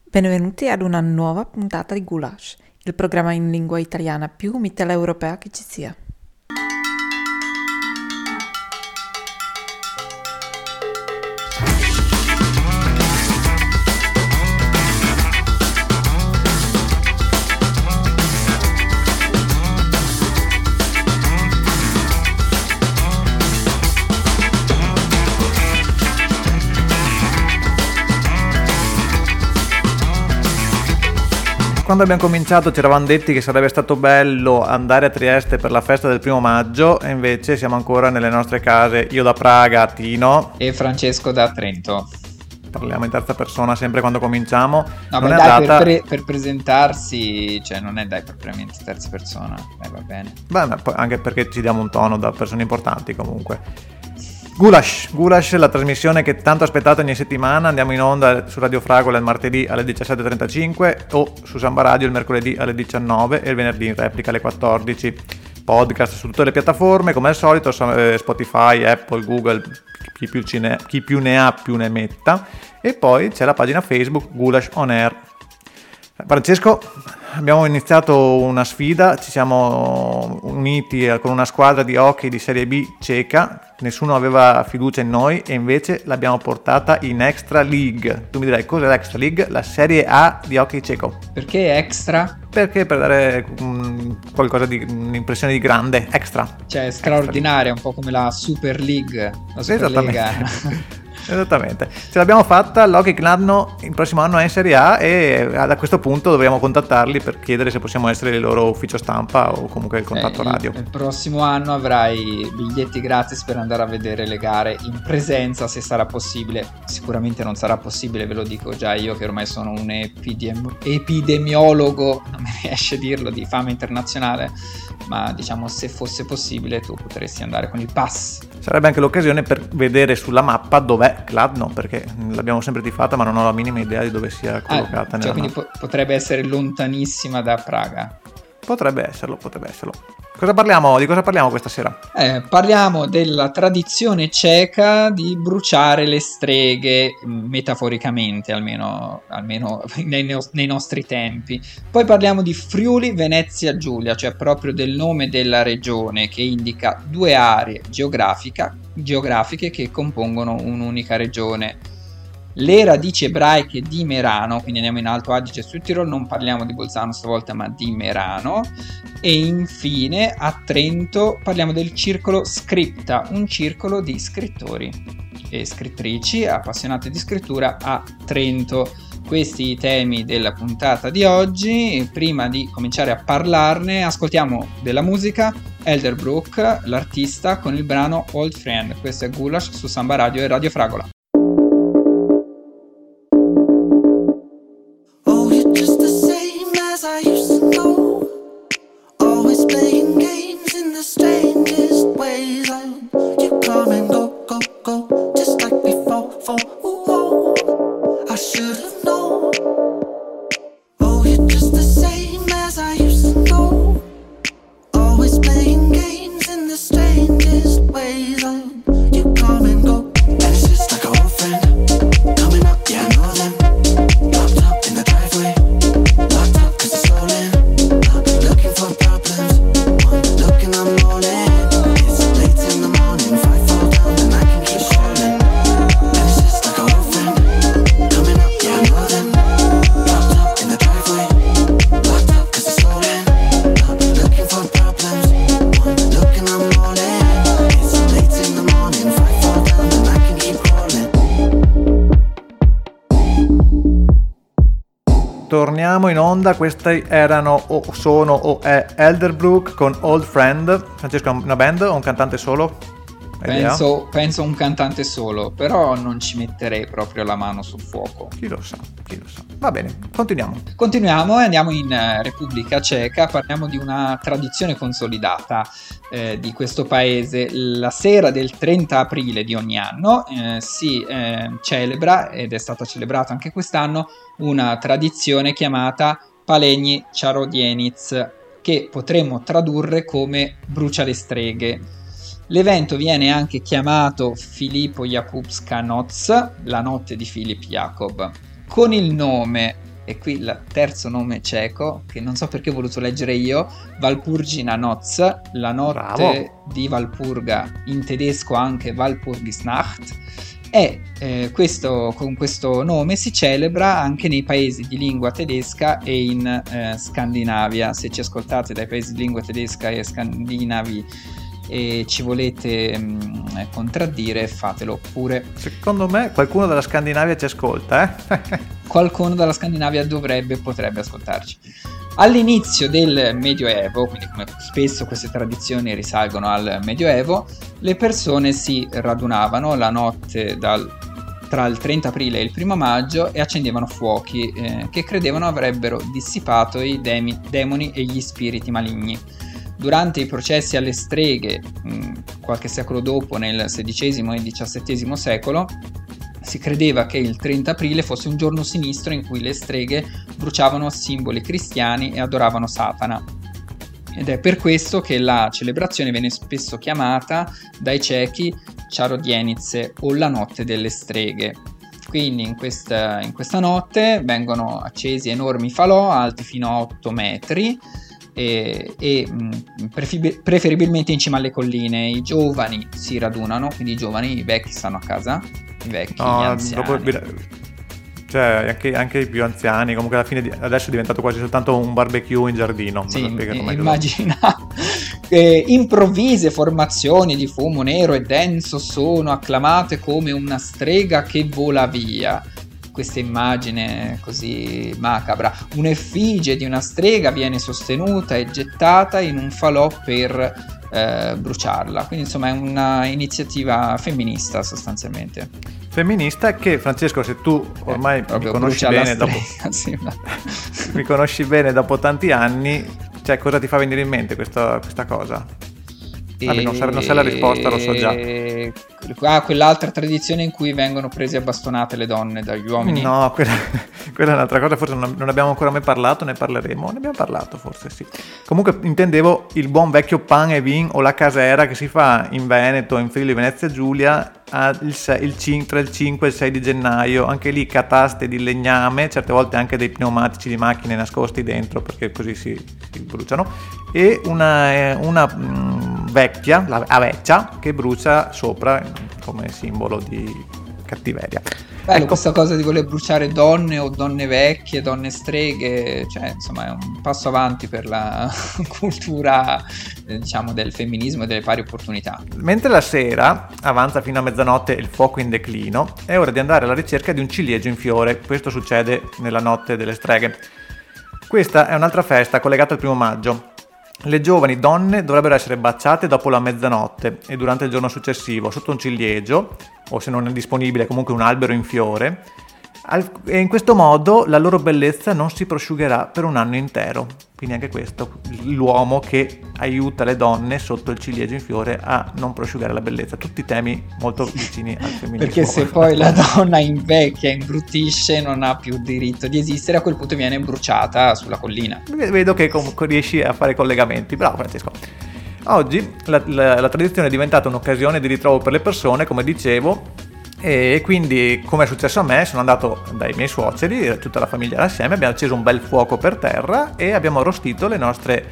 Benvenuti ad una nuova puntata di Goulash, il programma in lingua italiana più mitteleuropea che ci sia. Quando abbiamo cominciato ci eravamo detti che sarebbe stato bello andare a Trieste per la festa del 1 maggio e invece siamo ancora nelle nostre case, io da Praga, Tino e Francesco da Trento. Parliamo in terza persona sempre quando cominciamo. No, non beh, è dai, andata... per presentarsi, cioè non è dai propriamente terza persona, va bene. Beh, ma poi anche perché ci diamo un tono da persone importanti comunque. Goulash, la trasmissione che tanto aspettate ogni settimana. Andiamo in onda su Radio Fragola il martedì alle 17.35 o su Samba Radio il mercoledì alle 19 e il venerdì in replica alle 14. Podcast su tutte le piattaforme come al solito, Spotify, Apple, Google, chi più ne ha più ne metta. E poi c'è la pagina Facebook Goulash On Air. Francesco, abbiamo iniziato una sfida, ci siamo uniti con una squadra di hockey di Serie B ceca, nessuno aveva fiducia in noi e invece l'abbiamo portata in Extra League. Tu mi dirai, cos'è l'Extra League? La Serie A di hockey ceco. Perché extra? Perché per dare qualcosa di un'impressione di grande, extra. Cioè straordinaria, un po' come la Super League, la Superlega. Esattamente, ce l'abbiamo fatta. L'Hockey Club il prossimo anno è in Serie A e da questo punto dovremo contattarli per chiedere se possiamo essere il loro ufficio stampa o comunque il contatto radio. Il prossimo anno avrai biglietti gratis per andare a vedere le gare in presenza, se sarà possibile. Sicuramente non sarà possibile, ve lo dico già io che ormai sono un epidemiologo, non mi riesce a dirlo, di fama internazionale, ma diciamo se fosse possibile tu potresti andare con il pass. Sarebbe anche l'occasione per vedere sulla mappa dov'è Kladno, perché l'abbiamo sempre tifata ma non ho la minima idea di dove sia collocata. Cioè quindi potrebbe essere lontanissima da Praga. Potrebbe esserlo. Di cosa parliamo questa sera? Parliamo della tradizione ceca di bruciare le streghe, metaforicamente almeno nei nostri tempi. Poi parliamo di Friuli Venezia Giulia, cioè proprio del nome della regione che indica due aree geografiche che compongono un'unica regione. Le radici ebraiche di Merano, quindi andiamo in Alto Adige e Südtirol, non parliamo di Bolzano stavolta ma di Merano. E infine a Trento parliamo del circolo Scripta, un circolo di scrittori e scrittrici appassionati di scrittura a Trento. Questi i temi della puntata di oggi. Prima di cominciare a parlarne ascoltiamo della musica. Elderbrook, l'artista, con il brano Old Friend. Questo è Goulash su Samba Radio e Radio Fragola. Torniamo in onda, questi erano sono Elderbrook con Old Friend. Francesco, una band o un cantante solo? Penso un cantante solo, però non ci metterei proprio la mano sul fuoco. Chi lo sa. Va bene, Continuiamo e andiamo in Repubblica Ceca. Parliamo di una tradizione consolidata di questo paese. La sera del 30 aprile di ogni anno si celebra, ed è stata celebrata anche quest'anno, una tradizione chiamata Paleni Charodienic, che potremmo tradurre come brucia le streghe. L'evento viene anche chiamato Filippo Jakubska Noc, la notte di Filip Jakob. Con il nome e qui il terzo nome ceco, che non so perché ho voluto leggere io, Walpurgina Noc, la notte Bravo. di Valpurga, in tedesco anche Walpurgisnacht, e con questo nome si celebra anche nei paesi di lingua tedesca e in Scandinavia. Se ci ascoltate dai paesi di lingua tedesca e scandinavi e ci volete contraddire, fatelo pure. Secondo me qualcuno dalla Scandinavia ci ascolta, Qualcuno dalla Scandinavia potrebbe ascoltarci. All'inizio del Medioevo, quindi come spesso queste tradizioni risalgono al Medioevo, le persone si radunavano la notte tra il 30 aprile e il 1 maggio e accendevano fuochi che credevano avrebbero dissipato i demoni e gli spiriti maligni. Durante i processi alle streghe, qualche secolo dopo, nel XVI e XVII secolo, si credeva che il 30 aprile fosse un giorno sinistro in cui le streghe bruciavano simboli cristiani e adoravano Satana. Ed è per questo che la celebrazione viene spesso chiamata dai cechi Čarodějnice o la notte delle streghe. Quindi in questa notte vengono accesi enormi falò alti fino a 8 metri e preferibilmente in cima alle colline. I giovani si radunano, quindi i giovani, i vecchi stanno a casa, i vecchi, gli anziani. Cioè anche i più anziani, comunque alla fine adesso è diventato quasi soltanto un barbecue in giardino. Sì, immagina. Improvvise formazioni di fumo nero e denso sono acclamate come una strega che vola via. Questa immagine così macabra. Un'effigie di una strega viene sostenuta e gettata in un falò per bruciarla. Quindi insomma è una iniziativa femminista sostanzialmente. Femminista che, Francesco, se tu ormai mi conosci bene mi conosci bene dopo tanti anni, cioè cosa ti fa venire in mente questa cosa? Vabbè, non sai la risposta, lo so già. Quell'altra tradizione in cui vengono prese a bastonate le donne dagli uomini. No, quella è un'altra cosa, forse non abbiamo ancora mai parlato, ne parleremo. Ne abbiamo parlato, forse sì. Comunque intendevo il buon vecchio pan e vin o la casera che si fa in Veneto, in Friuli Venezia Giulia tra il 5 e il 6 di gennaio. Anche lì cataste di legname, certe volte anche dei pneumatici di macchine nascosti dentro perché così si bruciano, e una vecchia, la vecchia, che brucia sopra come simbolo di cattiveria. Bello, questa cosa di voler bruciare donne o donne vecchie, donne streghe, cioè insomma è un passo avanti per la cultura diciamo del femminismo e delle pari opportunità. Mentre la sera avanza fino a mezzanotte il fuoco in declino, è ora di andare alla ricerca di un ciliegio in fiore. Questo succede nella notte delle streghe. Questa è un'altra festa collegata al 1 maggio. Le giovani donne dovrebbero essere baciate dopo la mezzanotte e durante il giorno successivo sotto un ciliegio, o se non è disponibile comunque un albero in fiore, e in questo modo la loro bellezza non si prosciugherà per un anno intero. Quindi anche questo, l'uomo che aiuta le donne sotto il ciliegio in fiore a non prosciugare la bellezza. Tutti temi molto vicini al femminismo. Perché se poi la donna invecchia, imbruttisce, non ha più diritto di esistere, a quel punto viene bruciata sulla collina. Vedo che comunque riesci a fare collegamenti. Bravo Francesco. Oggi la tradizione è diventata un'occasione di ritrovo per le persone, come dicevo, e quindi, come è successo a me, sono andato dai miei suoceri, tutta la famiglia era assieme, abbiamo acceso un bel fuoco per terra e abbiamo arrostito le nostre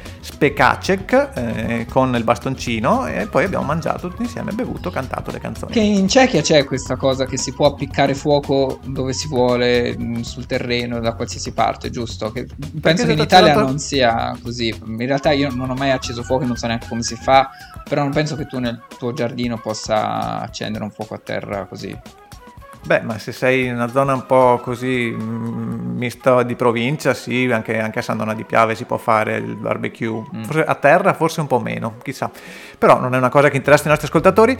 spekacek con il bastoncino, e poi abbiamo mangiato tutti insieme, bevuto, cantato le canzoni. Che in Cechia c'è questa cosa che si può appiccare fuoco dove si vuole, sul terreno, da qualsiasi parte, giusto? Che penso che in Italia non sia così. In realtà io non ho mai acceso fuoco e non so neanche come si fa, però non penso che tu nel tuo giardino possa accendere un fuoco a terra così. Beh, ma se sei in una zona un po' così misto di provincia, sì, anche a San Donà di Piave si può fare il barbecue. Forse a terra forse un po' meno, chissà. Però non è una cosa che interessa i nostri ascoltatori.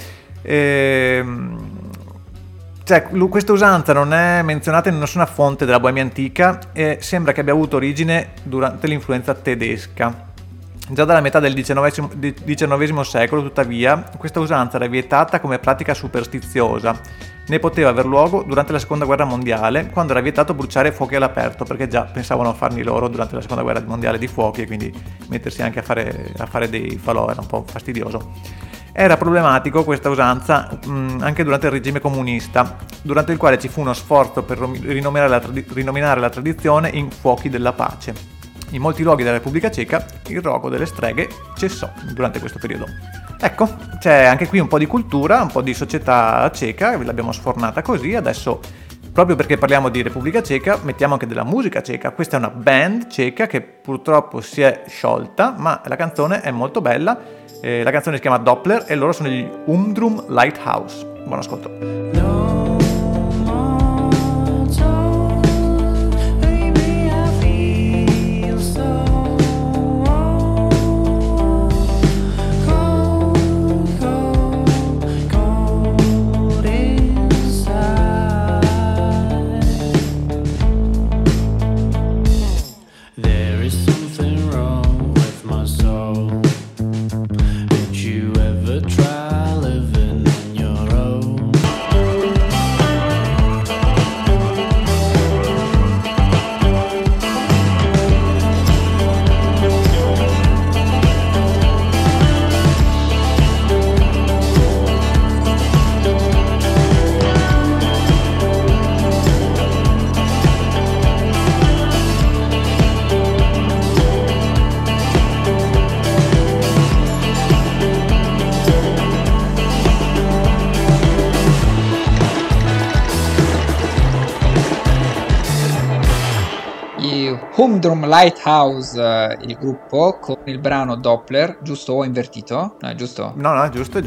Cioè, questa usanza non è menzionata in nessuna fonte della Boemia antica e sembra che abbia avuto origine durante l'influenza tedesca. Già dalla metà del XIX secolo, tuttavia, questa usanza era vietata come pratica superstiziosa. Ne poteva aver luogo durante la Seconda Guerra Mondiale, quando era vietato bruciare fuochi all'aperto, perché già pensavano a farli loro durante la Seconda Guerra Mondiale di fuochi, e quindi mettersi anche a fare dei falò era un po' fastidioso. Era problematico questa usanza anche durante il regime comunista, durante il quale ci fu uno sforzo per rinominare la tradizione in fuochi della pace. In molti luoghi della Repubblica Ceca il rogo delle streghe cessò durante questo periodo. Ecco, c'è anche qui un po' di cultura, un po' di società ceca, ve l'abbiamo sfornata così. Adesso, proprio perché parliamo di Repubblica Ceca, mettiamo anche della musica ceca. Questa è una band ceca che purtroppo si è sciolta, ma la canzone è molto bella. La canzone si chiama Doppler e loro sono gli Umdrum Lighthouse. Buon ascolto. Humdrum Lighthouse, il gruppo, con il brano Doppler, giusto o invertito? No, è giusto? No, è giusto.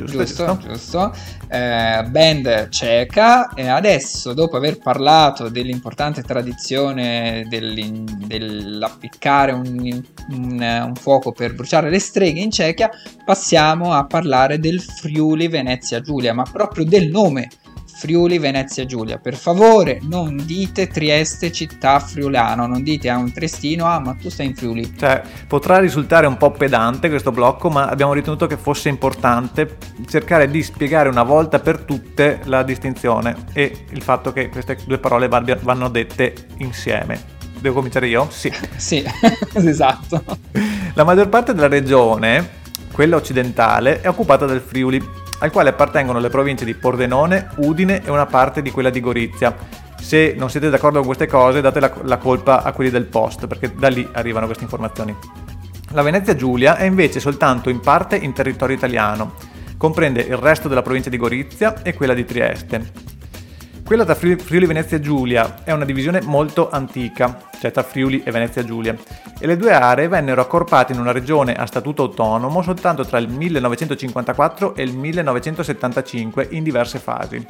Band ceca. Adesso, dopo aver parlato dell'importante tradizione dell'appiccare un fuoco per bruciare le streghe in Cechia, passiamo a parlare del Friuli Venezia Giulia, ma proprio del nome Friuli Venezia Giulia. Per favore, non dite Trieste città friulano, non dite a un triestino ma tu stai in Friuli. Cioè, potrà risultare un po' pedante questo blocco, ma abbiamo ritenuto che fosse importante cercare di spiegare una volta per tutte la distinzione e il fatto che queste due parole vanno dette insieme. Devo cominciare io? Sì. Sì, esatto. La maggior parte della regione, quella occidentale, è occupata dal Friuli, al quale appartengono le province di Pordenone, Udine e una parte di quella di Gorizia. Se non siete d'accordo con queste cose, date la colpa a quelli del Post, perché da lì arrivano queste informazioni. La Venezia Giulia è invece soltanto in parte in territorio italiano. Comprende il resto della provincia di Gorizia e quella di Trieste. Quella tra Friuli Venezia Giulia è una divisione molto antica, cioè tra Friuli e Venezia Giulia, e le due aree vennero accorpate in una regione a statuto autonomo soltanto tra il 1954 e il 1975 in diverse fasi.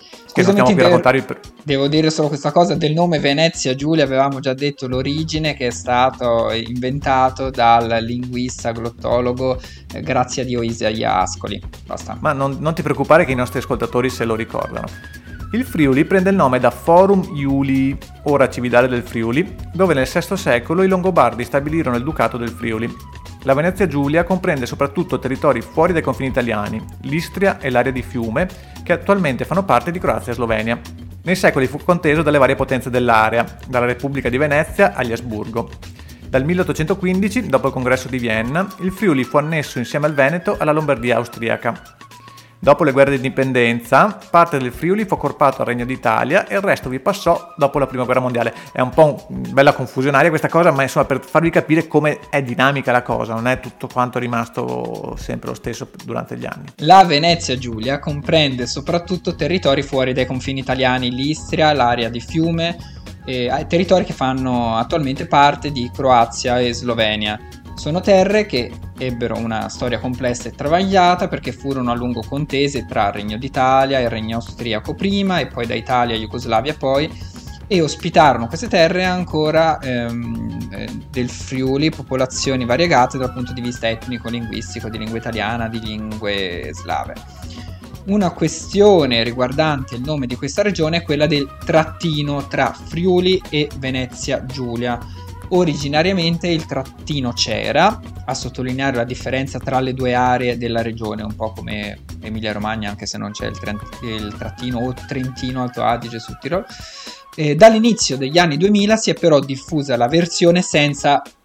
Devo dire solo questa cosa del nome Venezia Giulia. Avevamo già detto l'origine, che è stato inventato dal linguista glottologo grazie a Dio Isaia Ascoli. Basta. Ma non ti preoccupare che i nostri ascoltatori se lo ricordano. Il Friuli prende il nome da Forum Iulii, ora Cividale del Friuli, dove nel VI secolo i Longobardi stabilirono il Ducato del Friuli. La Venezia Giulia comprende soprattutto territori fuori dai confini italiani, l'Istria e l'area di Fiume, che attualmente fanno parte di Croazia e Slovenia. Nei secoli fu conteso dalle varie potenze dell'area, dalla Repubblica di Venezia agli Asburgo. Dal 1815, dopo il congresso di Vienna, il Friuli fu annesso insieme al Veneto alla Lombardia austriaca. Dopo le guerre di indipendenza, parte del Friuli fu accorpato al Regno d'Italia e il resto vi passò dopo la Prima Guerra Mondiale. È un po' bella confusionaria questa cosa, ma insomma per farvi capire come è dinamica la cosa, non è tutto quanto rimasto sempre lo stesso durante gli anni. La Venezia Giulia comprende soprattutto territori fuori dai confini italiani, l'Istria, l'area di Fiume, territori che fanno attualmente parte di Croazia e Slovenia. Sono terre che ebbero una storia complessa e travagliata perché furono a lungo contese tra il Regno d'Italia e il Regno austriaco prima e poi da Italia a Jugoslavia poi, e ospitarono queste terre ancora del Friuli popolazioni variegate dal punto di vista etnico-linguistico, di lingua italiana, di lingue slave. Una questione riguardante il nome di questa regione è quella del trattino tra Friuli e Venezia Giulia. Originariamente il trattino c'era, a sottolineare la differenza tra le due aree della regione, un po' come Emilia Romagna, anche se non c'è il trattino o Trentino, Alto Adige, Sud Tirolo. Dall'inizio degli anni 2000 si è però diffusa la versione senza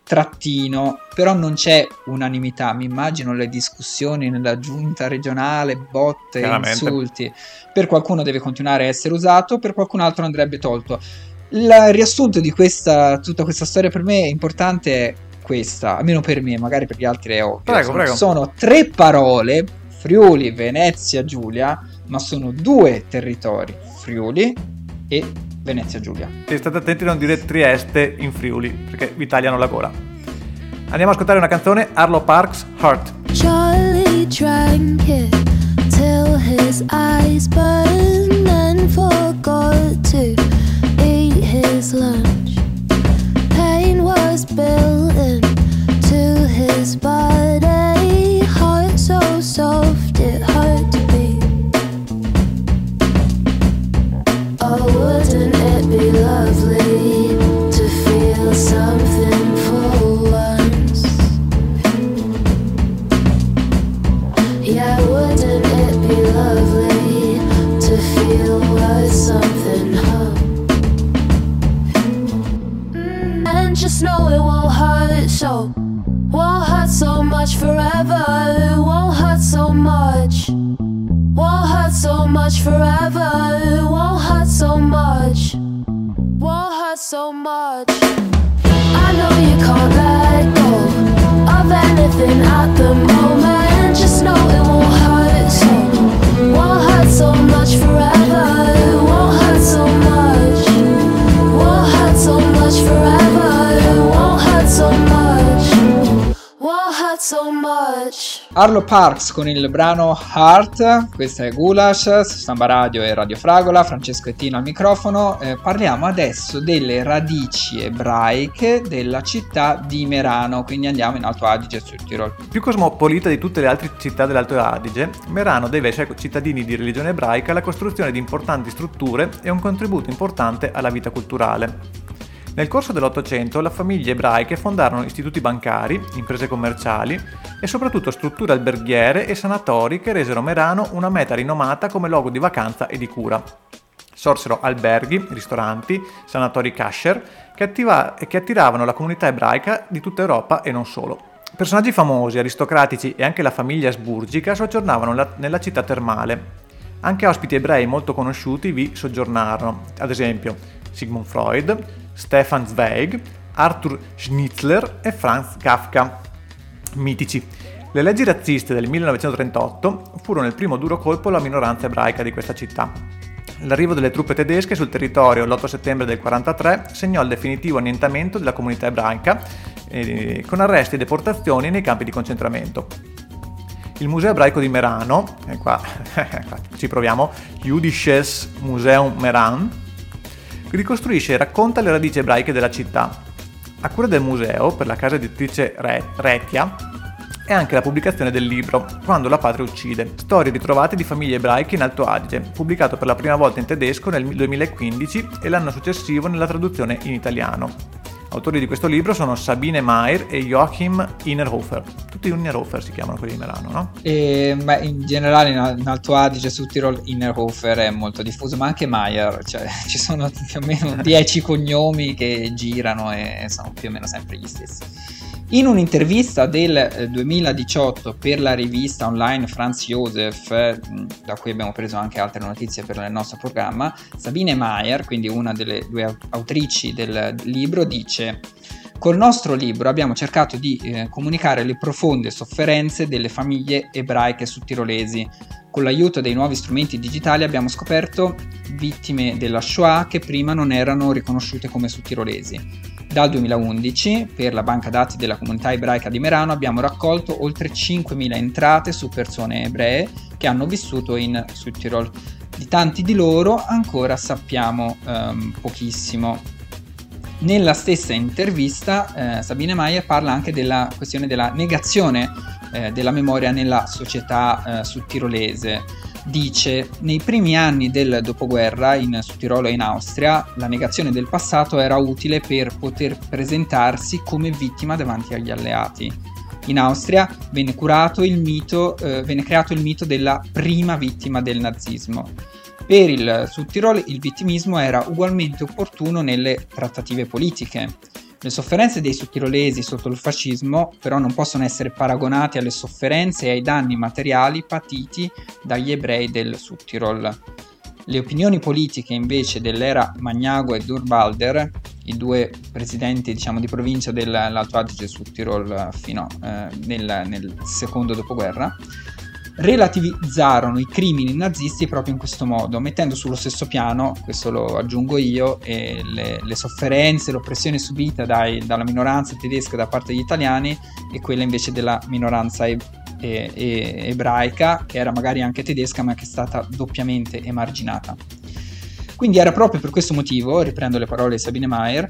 trattino, però non c'è unanimità. Mi immagino le discussioni nella giunta regionale, botte, insulti. Per qualcuno deve continuare a essere usato, per qualcun altro andrebbe tolto. Il riassunto di tutta questa storia per me è importante, questa, almeno per me, magari per gli altri è ovvio. Prego. Sono 3 parole, Friuli, Venezia, Giulia, ma sono 2 territori, Friuli e Venezia Giulia. E state attenti a non dire Trieste in Friuli, perché vi tagliano la gola. Andiamo a ascoltare una canzone, Arlo Parks, Heart. Charlie drank it till his eyes burned and forgot to eat his lunch. Pain was built into his body, heart so soft it hurt to beat. Oh, wouldn't it be lovely to feel something for once? Yeah, wouldn't it be lovely to feel worth something, huh? And just know it won't hurt so much forever. It won't hurt so much. Won't hurt so much forever. It won't hurt so much. Won't hurt so much. I know you can't let go of anything at the moment. Just know it won't hurt so much forever. It won't hurt so much. Won't hurt so much forever. It won't hurt so much. Won't hurt so much. Arlo Parks con il brano Heart, questa è Gulash, su Samba Radio e Radio Fragola, Francesco Ettino al microfono. Parliamo adesso delle radici ebraiche della città di Merano, quindi andiamo in Alto Adige e sul Tirol. Più cosmopolita di tutte le altre città dell'Alto Adige, Merano deve ai suoi cittadini di religione ebraica la costruzione di importanti strutture e un contributo importante alla vita culturale. Nel corso dell'Ottocento le famiglie ebraiche fondarono istituti bancari, imprese commerciali e soprattutto strutture alberghiere e sanatori che resero Merano una meta rinomata come luogo di vacanza e di cura. Sorsero alberghi, ristoranti, sanatori kasher che attiravano la comunità ebraica di tutta Europa e non solo. Personaggi famosi, aristocratici e anche la famiglia asburgica soggiornavano nella città termale. Anche ospiti ebrei molto conosciuti vi soggiornarono, ad esempio Sigmund Freud, Stefan Zweig, Arthur Schnitzler e Franz Kafka. Mitici. Le leggi razziste del 1938 furono il primo duro colpo alla minoranza ebraica di questa città. L'arrivo delle truppe tedesche sul territorio l'8 settembre del 1943 segnò il definitivo annientamento della comunità ebraica con arresti e deportazioni nei campi di concentramento. Il Museo Ebraico di Merano, e qua ci proviamo, Jüdisches Museum Meran, ricostruisce e racconta le radici ebraiche della città. A cura del museo, per la casa editrice Retia, è anche la pubblicazione del libro Quando la patria uccide, storie ritrovate di famiglie ebraiche in Alto Adige, pubblicato per la prima volta in tedesco nel 2015 e l'anno successivo nella traduzione in italiano. Autori di questo libro sono Sabine Meyer e Joachim Innerhofer. Tutti Innerhofer si chiamano quelli di Merano, no? Ma in generale in Alto Adige, su Tirol, Innerhofer è molto diffuso, ma anche Meyer, cioè ci sono più o meno 10 cognomi che girano e sono più o meno sempre gli stessi. In un'intervista del 2018 per la rivista online Franz Josef, da cui abbiamo preso anche altre notizie per il nostro programma, Sabine Meyer, quindi una delle 2 autrici del libro, dice: col nostro libro abbiamo cercato di comunicare le profonde sofferenze delle famiglie ebraiche sudtirolesi. Con l'aiuto dei nuovi strumenti digitali abbiamo scoperto vittime della Shoah che prima non erano riconosciute come sudtirolesi. Dal 2011, per la banca dati della comunità ebraica di Merano, abbiamo raccolto oltre 5.000 entrate su persone ebree che hanno vissuto in Südtirol. Di tanti di loro ancora sappiamo pochissimo. Nella stessa intervista Sabine Meyer parla anche della questione della negazione della memoria nella società sudtirolese. Dice: nei primi anni del dopoguerra in Sudtirolo e in Austria la negazione del passato era utile per poter presentarsi come vittima davanti agli alleati. In Austria venne creato il mito della prima vittima del nazismo. Per il Sudtirolo il vittimismo era ugualmente opportuno nelle trattative politiche. Le sofferenze dei sudtirolesi sotto il fascismo però non possono essere paragonate alle sofferenze e ai danni materiali patiti dagli ebrei del Südtirol. Le opinioni politiche invece dell'era Magnago e Dürrwalder, i due presidenti di provincia dell'Alto Adige e Südtirol fino nel secondo dopoguerra, relativizzarono i crimini nazisti proprio in questo modo, mettendo sullo stesso piano, questo lo aggiungo io, le sofferenze, l'oppressione subita dalla minoranza tedesca da parte degli italiani e quella invece della minoranza ebraica, che era magari anche tedesca ma che è stata doppiamente emarginata. Quindi era proprio per questo motivo, riprendo le parole di Sabine Mayer,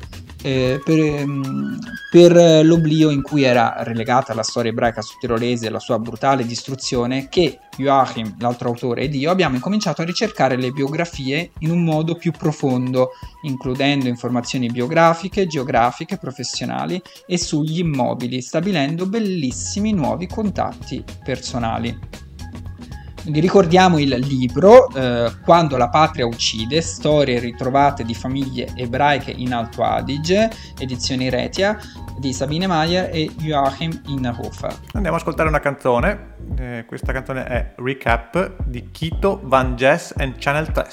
per l'oblio in cui era relegata la storia ebraica sudtirolese e la sua brutale distruzione, che Joachim, l'altro autore, ed io abbiamo incominciato a ricercare le biografie in un modo più profondo, includendo informazioni biografiche, geografiche, professionali e sugli immobili, stabilendo bellissimi nuovi contatti personali. Quindi ricordiamo il libro Quando la patria uccide, storie ritrovate di famiglie ebraiche in Alto Adige, edizioni Retia, di Sabine Mayer e Joachim Inhofer. Andiamo ad ascoltare una canzone, questa canzone è Recap di Kito, Van Jess and Channel 3.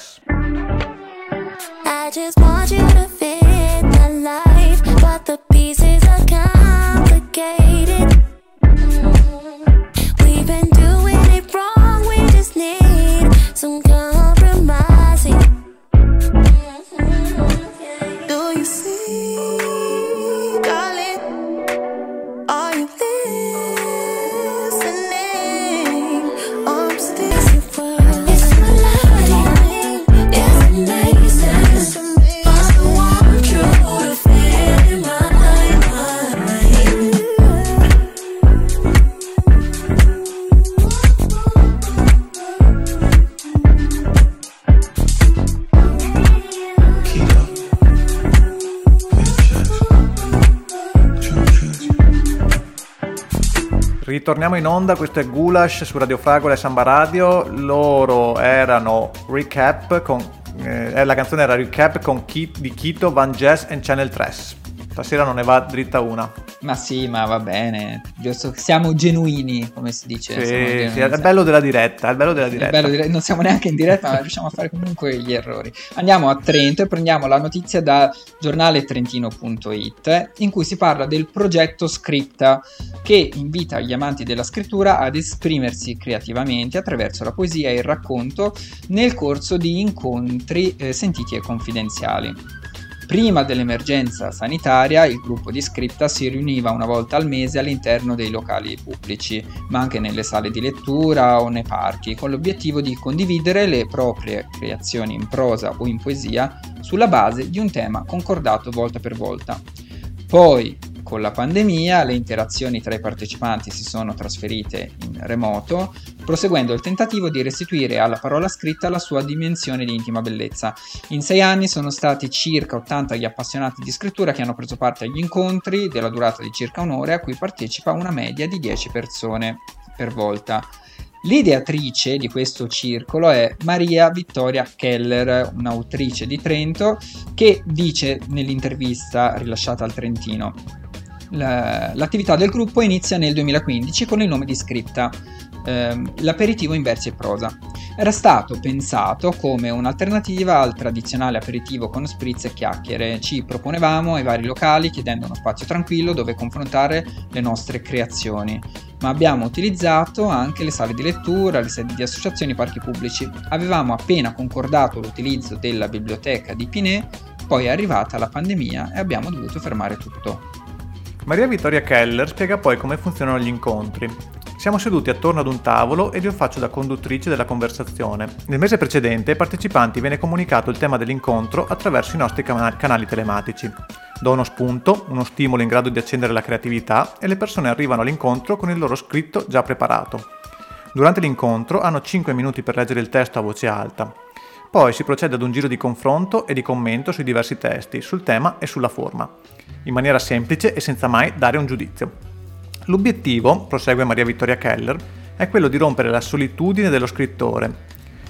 I just want you to fit my life, but the pieces are complicated. We've been doing it wrong, we just need some compromising. Do you see, darling? Are you listening? I'm still world. It's my life, it's amazing. I want you to feel my mind. Ritorniamo in onda, questo è Gulash su Radio Fragola e Samba Radio. Loro erano Recap la canzone era Recap di Kito, Van Jess and Channel 3. Stasera non ne va dritta una. Ma sì, ma va bene, giusto, siamo genuini, come si dice. Sì, è il bello della diretta, non siamo neanche in diretta, ma riusciamo a fare comunque gli errori. Andiamo a Trento e prendiamo la notizia da giornaletrentino.it, in cui si parla del progetto Scripta, che invita gli amanti della scrittura ad esprimersi creativamente attraverso la poesia e il racconto nel corso di incontri sentiti e confidenziali. Prima dell'emergenza sanitaria, il gruppo di Scripta si riuniva una volta al mese all'interno dei locali pubblici, ma anche nelle sale di lettura o nei parchi, con l'obiettivo di condividere le proprie creazioni in prosa o in poesia sulla base di un tema concordato volta per volta. Poi, con la pandemia, le interazioni tra i partecipanti si sono trasferite in remoto, proseguendo il tentativo di restituire alla parola scritta la sua dimensione di intima bellezza. In 6 anni sono stati circa 80 gli appassionati di scrittura che hanno preso parte agli incontri, della durata di circa un'ora, a cui partecipa una media di 10 persone per volta. L'ideatrice di questo circolo è Maria Vittoria Keller, un'autrice di Trento, che dice nell'intervista rilasciata al Trentino: l'attività del gruppo inizia nel 2015 con il nome di Scripta, l'aperitivo in versi e prosa. Era stato pensato come un'alternativa al tradizionale aperitivo con spritz e chiacchiere. Ci proponevamo ai vari locali chiedendo uno spazio tranquillo dove confrontare le nostre creazioni, ma abbiamo utilizzato anche le sale di lettura, le sedi di associazioni e parchi pubblici. Avevamo appena concordato l'utilizzo della biblioteca di Pinet, poi è arrivata la pandemia e abbiamo dovuto fermare tutto. Maria Vittoria Keller spiega poi come funzionano gli incontri. Siamo seduti attorno ad un tavolo ed io faccio da conduttrice della conversazione. Nel mese precedente ai partecipanti viene comunicato il tema dell'incontro attraverso i nostri canali telematici. Do uno spunto, uno stimolo in grado di accendere la creatività e le persone arrivano all'incontro con il loro scritto già preparato. Durante l'incontro hanno 5 minuti per leggere il testo a voce alta. Poi si procede ad un giro di confronto e di commento sui diversi testi, sul tema e sulla forma, in maniera semplice e senza mai dare un giudizio. L'obiettivo, prosegue Maria Vittoria Keller, è quello di rompere la solitudine dello scrittore.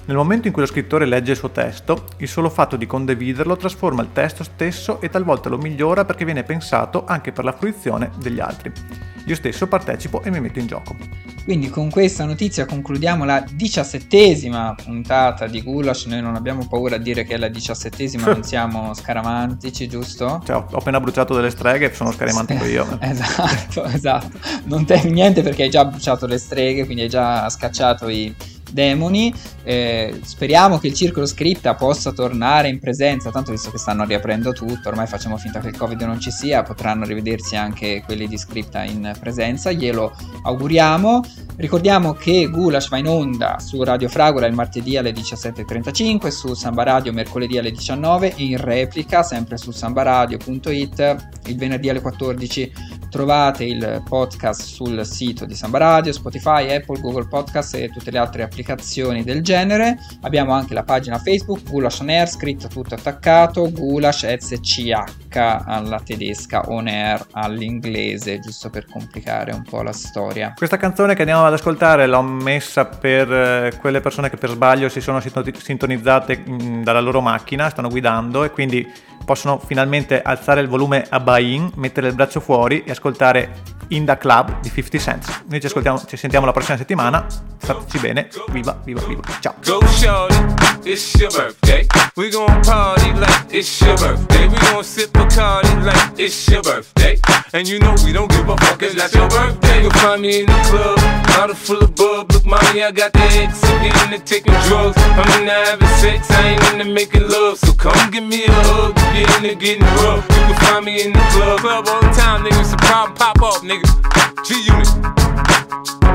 Nel momento in cui lo scrittore legge il suo testo, il solo fatto di condividerlo trasforma il testo stesso e talvolta lo migliora perché viene pensato anche per la fruizione degli altri. Io stesso partecipo e mi metto in gioco. Quindi con questa notizia concludiamo la 17ª puntata di Gulash. Noi non abbiamo paura a dire che è la 17ª, non siamo scaramantici, giusto? Cioè, ho appena bruciato delle streghe, sono scaramantico io. Esatto. Non temi niente perché hai già bruciato le streghe, quindi hai già scacciato i demoni. Speriamo che il circolo scripta possa tornare in presenza, tanto visto che stanno riaprendo tutto, ormai facciamo finta che il Covid non ci sia, potranno rivedersi anche quelli di scripta in presenza, glielo auguriamo. Ricordiamo che Gulash va in onda su Radio Fragola il martedì alle 17.35, su Samba Radio mercoledì alle 19 e in replica sempre su sambaradio.it il venerdì alle 14. Trovate il podcast sul sito di Samba Radio, Spotify, Apple, Google Podcast e tutte le altre applicazioni del genere. Abbiamo anche la pagina Facebook Gulash On Air, scritto tutto attaccato, Gulash SCH alla tedesca, On Air all'inglese, giusto per complicare un po' la storia. Questa canzone che andiamo ad ascoltare l'ho messa per quelle persone che per sbaglio si sono sintonizzate dalla loro macchina, stanno guidando e quindi possono finalmente alzare il volume a buy-in, mettere il braccio fuori e ascoltare In The Club di 50 Cent. Noi ci sentiamo la prossima settimana, stateci bene, viva, ciao! Go shorty, it's your birthday. We gon' party like it's your birthday. We gon' sip Bacardi like it's your birthday. And you know we don't give a fuck, it's not your birthday. You'll find me in the club, bottle full of bub. Look, mommy, I got the X, I'm getting into taking drugs. I'm into having sex, I ain't into making love. So come give me a hug, get into getting rough. You can find me in the club all the time, nigga. It's a problem, pop off, nigga. G-Unit.